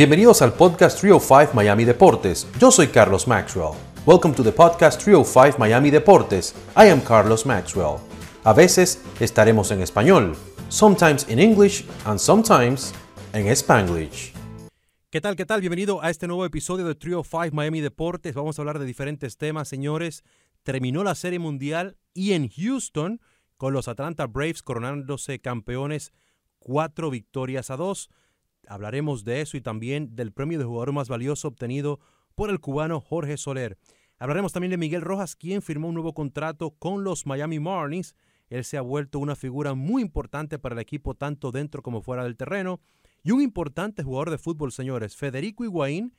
Bienvenidos al podcast 305 Miami Deportes. Yo soy Carlos Maxwell. Welcome to the podcast 305 Miami Deportes. I am Carlos Maxwell. A veces estaremos en español, sometimes in English and sometimes en Spanglish. ¿Qué tal? ¿Qué tal? Bienvenido a este nuevo episodio de 305 Miami Deportes. Vamos a hablar de diferentes temas, señores. Terminó la Serie Mundial y en Houston, con los Atlanta Braves coronándose campeones 4-2. Hablaremos de eso y también del premio de jugador más valioso obtenido por el cubano Jorge Soler. Hablaremos también de Miguel Rojas, quien firmó un nuevo contrato con los Miami Marlins. Él se ha vuelto una figura muy importante para el equipo, tanto dentro como fuera del terreno. Y un importante jugador de fútbol, señores, Federico Higuaín,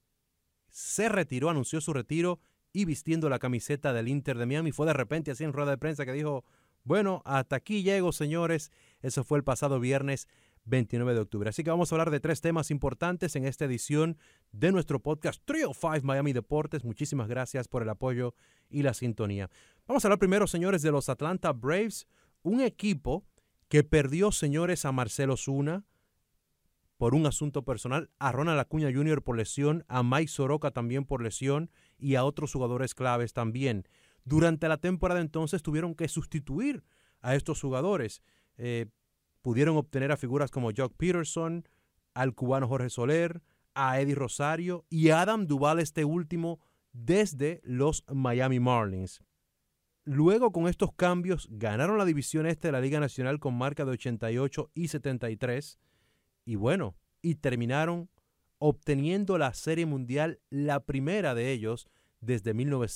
se retiró, anunció su retiro y vistiendo la camiseta del Inter de Miami. Fue de repente así en rueda de prensa que dijo, bueno, hasta aquí llego, señores. Eso fue el pasado viernes 29 de octubre. Así que vamos a hablar de tres temas importantes en esta edición de nuestro podcast 305 Miami Deportes. Muchísimas gracias por el apoyo y la sintonía. Vamos a hablar primero, señores, de los Atlanta Braves, un equipo que perdió, señores, a Marcell Ozuna por un asunto personal, a Ronald Acuña Jr. por lesión, a Mike Soroka también por lesión y a otros jugadores claves también. Durante la temporada entonces tuvieron que sustituir a estos jugadores. Pudieron obtener a figuras como Jock Peterson, al cubano Jorge Soler, a Eddie Rosario y a Adam Duvall, este último, desde los Miami Marlins. Luego, con estos cambios, ganaron la división este de la Liga Nacional con marca de 88-73. Y bueno, y terminaron obteniendo la Serie Mundial, la primera de ellos desde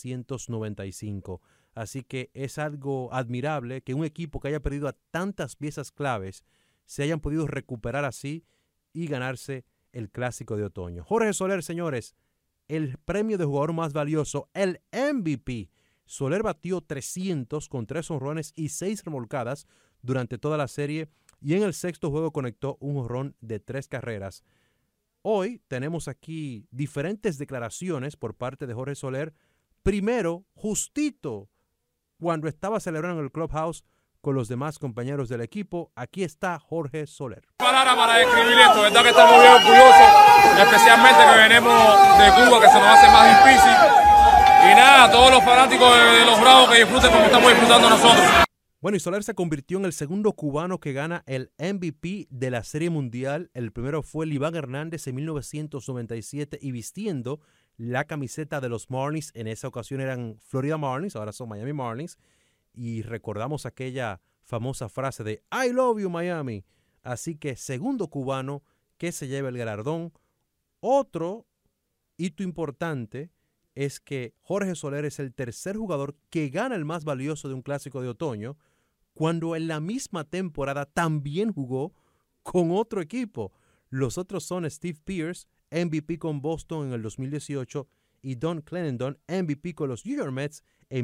1995. Así que es algo admirable que un equipo que haya perdido a tantas piezas claves se hayan podido recuperar así y ganarse el Clásico de Otoño. Jorge Soler, señores, el premio de jugador más valioso, el MVP. Soler batió 300 con 3 jonrones y 6 remolcadas durante toda la serie y en el sexto juego conectó un jonrón de 3 carreras. Hoy tenemos aquí diferentes declaraciones por parte de Jorge Soler. Primero, justito cuando estaba celebrando en el clubhouse con los demás compañeros del equipo, aquí está Jorge Soler. Palabras para describir esto, verdad que estamos bien orgullosos, especialmente que venimos de Cuba, que se nos hace más difícil. Y nada, todos los fanáticos de los Bravos que disfruten como estamos disfrutando nosotros. Bueno, y Soler se convirtió en el segundo cubano que gana el MVP de la Serie Mundial. El primero fue Iván Hernández en 1997 y vistiendo la camiseta de los Marlins. En esa ocasión eran Florida Marlins, ahora son Miami Marlins. Y recordamos aquella famosa frase de I love you Miami. Así que segundo cubano que se lleva el galardón. Otro hito importante es que Jorge Soler es el tercer jugador que gana el más valioso de un clásico de otoño, cuando en la misma temporada también jugó con otro equipo. Los otros son Steve Pearce, MVP con Boston en el 2018, y Don Clenendon, MVP con los New York Mets en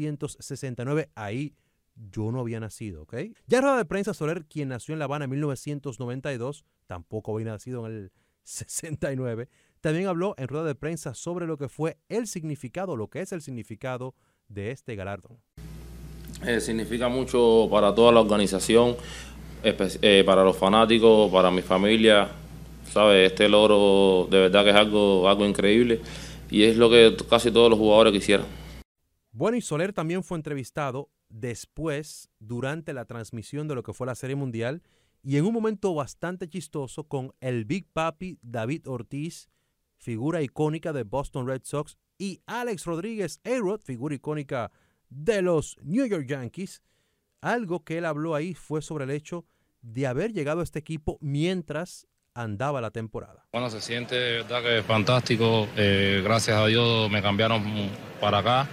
1969. Ahí yo no había nacido, ¿ok? Ya en rueda de prensa, Soler, quien nació en La Habana en 1992, tampoco había nacido en el 69, también habló en rueda de prensa sobre lo que fue el significado, lo que es el significado de este galardón. Significa mucho para toda la organización, para los fanáticos, para mi familia. ¿Sabes? Este logro de verdad que es algo increíble y es lo que casi todos los jugadores quisieran. Bueno, y Soler también fue entrevistado después, durante la transmisión de lo que fue la Serie Mundial, y en un momento bastante chistoso con el Big Papi David Ortiz, figura icónica de Boston Red Sox, y Alex Rodríguez A-Rod, figura icónica de los New York Yankees. Algo que él habló ahí fue sobre el hecho de haber llegado a este equipo mientras andaba la temporada. Bueno, se siente de verdad que es fantástico. Gracias a Dios me cambiaron para acá.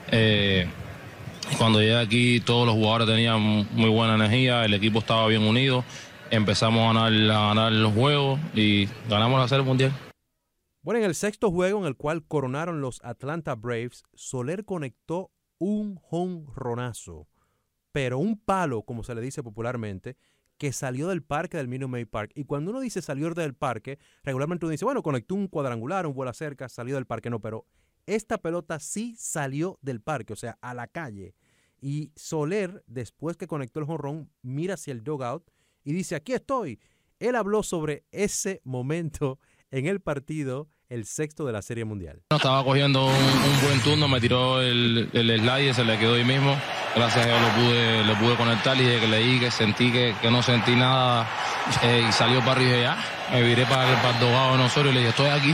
Cuando llegué aquí todos los jugadores tenían muy buena energía, el equipo estaba bien unido, empezamos a ganar los juegos y ganamos la Serie Mundial. Bueno, en el sexto juego en el cual coronaron los Atlanta Braves, Soler conectó un jonronazo, pero un palo, como se le dice popularmente, que salió del parque del Minute Maid Park. Y cuando uno dice salió del parque, regularmente uno dice, bueno, conectó un cuadrangular, un bola cerca, salió del parque. No, pero esta pelota sí salió del parque, o sea, a la calle. Y Soler, después que conectó el jonrón, mira hacia el dugout y dice, aquí estoy. Él habló sobre ese momento en el partido, el sexto de la Serie Mundial. Estaba cogiendo un buen turno, me tiró el slide, se le quedó ahí mismo. Gracias a Dios lo pude conectar y desde que leí que sentí que no sentí nada y salió para arriba y ya. Me viré para el dogado de Osorio y le dije, estoy aquí.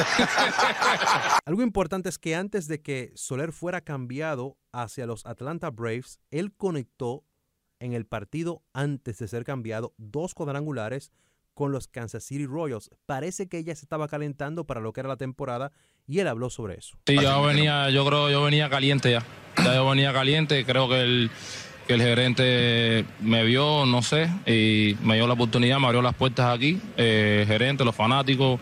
Algo importante es que antes de que Soler fuera cambiado hacia los Atlanta Braves, él conectó en el partido antes de ser cambiado 2 cuadrangulares con los Kansas City Royals. Parece que ella se estaba calentando para lo que era la temporada y él habló sobre eso. Sí, yo venía caliente ya. Ya yo venía caliente, creo que el gerente me vio, no sé, y me dio la oportunidad, me abrió las puertas aquí, el gerente, los fanáticos,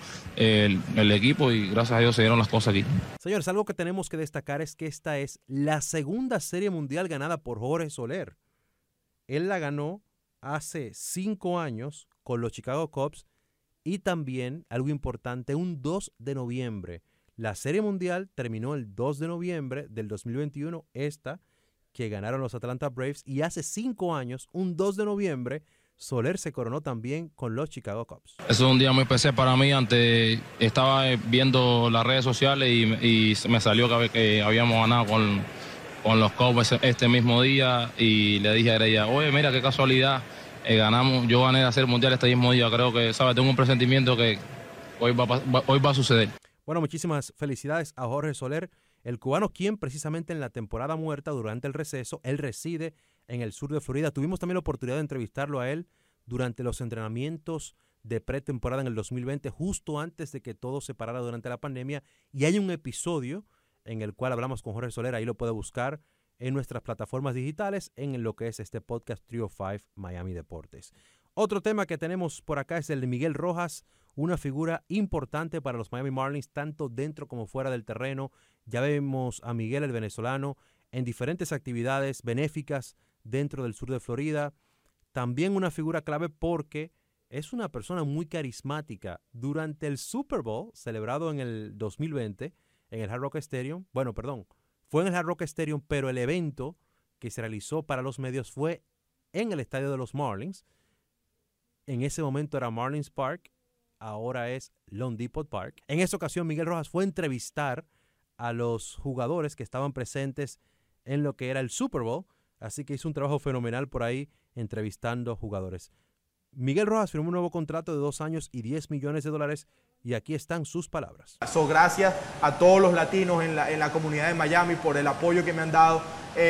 el equipo, y gracias a Dios se dieron las cosas aquí. Señores, algo que tenemos que destacar es que esta es la segunda Serie Mundial ganada por Jorge Soler. Él la ganó hace 5 años con los Chicago Cubs y también, algo importante, un 2 de noviembre. La Serie Mundial terminó el 2 de noviembre del 2021, esta que ganaron los Atlanta Braves, y hace 5 años, un 2 de noviembre, Soler se coronó también con los Chicago Cubs. Eso es un día muy especial para mí. Estaba viendo las redes sociales y me salió que habíamos ganado con los Cubs este mismo día, y le dije a ella, oye, mira qué casualidad, yo gané la Serie Mundial este mismo día. Creo que, ¿sabes? Tengo un presentimiento que hoy va a suceder. Bueno, muchísimas felicidades a Jorge Soler, el cubano, quien precisamente en la temporada muerta, durante el receso, él reside en el sur de Florida. Tuvimos también la oportunidad de entrevistarlo a él durante los entrenamientos de pretemporada en el 2020, justo antes de que todo se parara durante la pandemia, y hay un episodio en el cual hablamos con Jorge Soler. Ahí lo puede buscar en nuestras plataformas digitales en lo que es este podcast 305 Miami Deportes. Otro tema que tenemos por acá es el de Miguel Rojas, una figura importante para los Miami Marlins, tanto dentro como fuera del terreno. Ya vemos a Miguel, el venezolano, en diferentes actividades benéficas dentro del sur de Florida. También una figura clave porque es una persona muy carismática. Durante el Super Bowl, celebrado en el 2020, en el Hard Rock Stadium, fue en el Hard Rock Stadium, pero el evento que se realizó para los medios fue en el estadio de los Marlins. En ese momento era Marlins Park, ahora es loanDepot Park. En esa ocasión, Miguel Rojas fue a entrevistar a los jugadores que estaban presentes en lo que era el Super Bowl, así que hizo un trabajo fenomenal por ahí entrevistando jugadores. Miguel Rojas firmó un nuevo contrato de 2 años y $10 millones, y aquí están sus palabras. Gracias a todos los latinos en la comunidad de Miami por el apoyo que me han dado.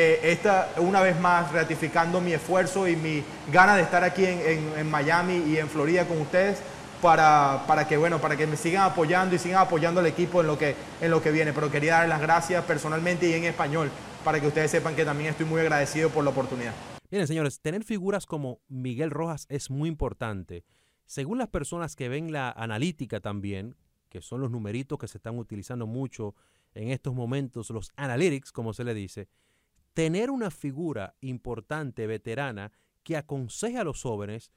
Una vez más, ratificando mi esfuerzo y mi gana de estar aquí en Miami y en Florida con ustedes para que me sigan apoyando y sigan apoyando al equipo en lo que viene. Pero quería dar las gracias personalmente y en español para que ustedes sepan que también estoy muy agradecido por la oportunidad. Miren, señores, tener figuras como Miguel Rojas es muy importante. Según las personas que ven la analítica también, que son los numeritos que se están utilizando mucho en estos momentos, los analytics, como se le dice, tener una figura importante, veterana, que aconseje a los jóvenes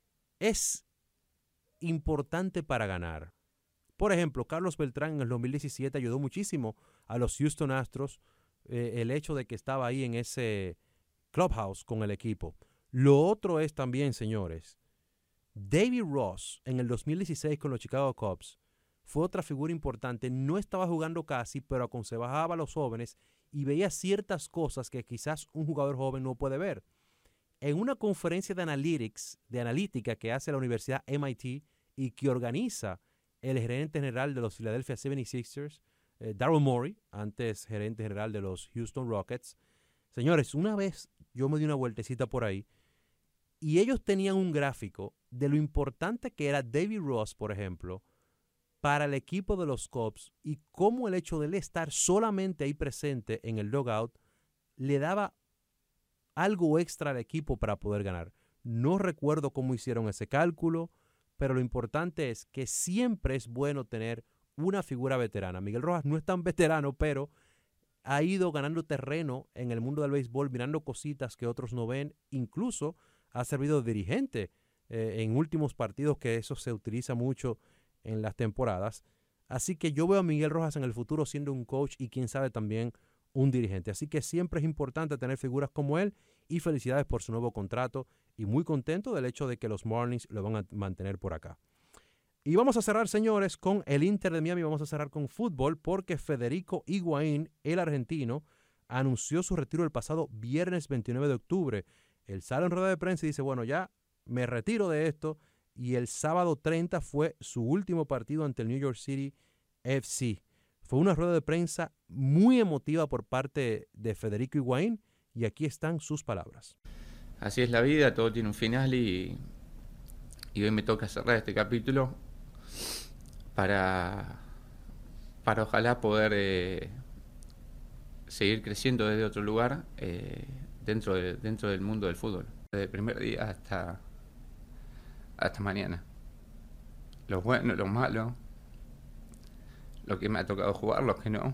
es importante para ganar. Por ejemplo, Carlos Beltrán en el 2017 ayudó muchísimo a los Houston Astros, el hecho de que estaba ahí en ese clubhouse con el equipo. Lo otro es también, señores, David Ross en el 2016 con los Chicago Cubs fue otra figura importante. No estaba jugando casi, pero aconsejaba a los jóvenes y veía ciertas cosas que quizás un jugador joven no puede ver. En una conferencia de analítica que hace la Universidad MIT y que organiza el gerente general de los Philadelphia 76ers, Daryl Morey, antes gerente general de los Houston Rockets. Señores, una vez yo me di una vueltecita por ahí y ellos tenían un gráfico de lo importante que era David Ross, por ejemplo, para el equipo de los Cubs, y cómo el hecho de él estar solamente ahí presente en el dugout le daba algo extra al equipo para poder ganar. No recuerdo cómo hicieron ese cálculo, pero lo importante es que siempre es bueno tener una figura veterana. Miguel Rojas no es tan veterano, pero ha ido ganando terreno en el mundo del béisbol, mirando cositas que otros no ven. Incluso ha servido de dirigente en últimos partidos, que eso se utiliza mucho en las temporadas. Así que yo veo a Miguel Rojas en el futuro siendo un coach y quién sabe también un dirigente. Así que siempre es importante tener figuras como él, y felicidades por su nuevo contrato y muy contento del hecho de que los Marlins lo van a mantener por acá. Y vamos a cerrar, señores, con el Inter de Miami. Vamos a cerrar con fútbol porque Federico Higuaín, el argentino, anunció su retiro el pasado viernes 29 de octubre. Él sale en rueda de prensa y dice, bueno, ya me retiro de esto. Y el sábado 30 fue su último partido ante el New York City FC. Fue una rueda de prensa muy emotiva por parte de Federico Higuaín y aquí están sus palabras. Así es la vida, todo tiene un final y hoy me toca cerrar este capítulo para ojalá poder seguir creciendo desde otro lugar dentro del mundo del fútbol. Desde el primer día hasta mañana. Los buenos, los malos, lo que me ha tocado jugar, los que no.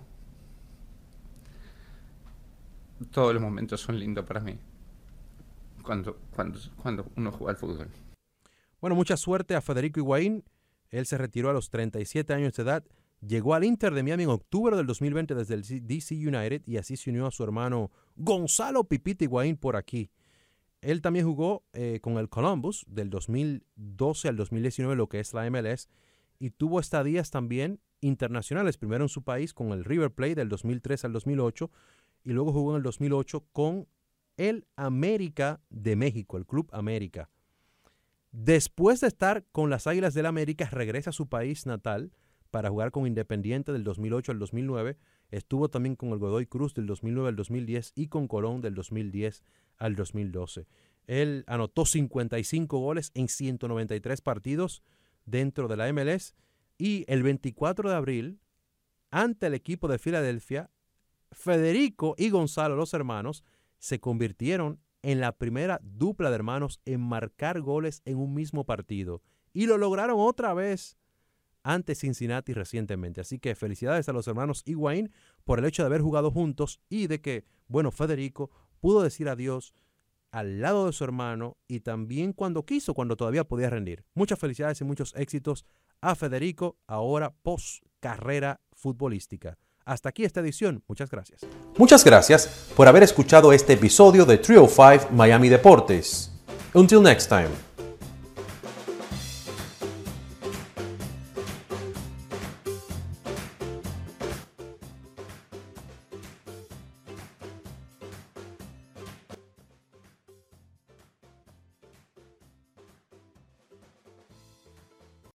Todos los momentos son lindos para mí cuando uno juega al fútbol. Bueno, mucha suerte a Federico Higuaín. Él se retiró a los 37 años de edad. Llegó al Inter de Miami en octubre del 2020 desde el DC United y así se unió a su hermano Gonzalo Pipita Higuaín por aquí. Él también jugó con el Columbus del 2012 al 2019, lo que es la MLS, y tuvo estadías también internacionales, primero en su país con el River Plate del 2003 al 2008 y luego jugó en el 2008 con el América de México, el Club América. Después de estar con las Águilas del América, regresa a su país natal para jugar con Independiente del 2008 al 2009. Estuvo también con el Godoy Cruz del 2009 al 2010 y con Colón del 2010 al 2012. Él anotó 55 goles en 193 partidos dentro de la MLS y el 24 de abril, ante el equipo de Filadelfia, Federico y Gonzalo, los hermanos, se convirtieron en la primera dupla de hermanos en marcar goles en un mismo partido. Y lo lograron otra vez ante Cincinnati recientemente. Así que felicidades a los hermanos Higuaín por el hecho de haber jugado juntos y de que, bueno, Federico pudo decir adiós al lado de su hermano y también cuando quiso, cuando todavía podía rendir. Muchas felicidades y muchos éxitos a Federico, ahora post carrera futbolística. Hasta aquí esta edición. Muchas gracias. Muchas gracias por haber escuchado este episodio de 305 Miami Deportes. Until next time.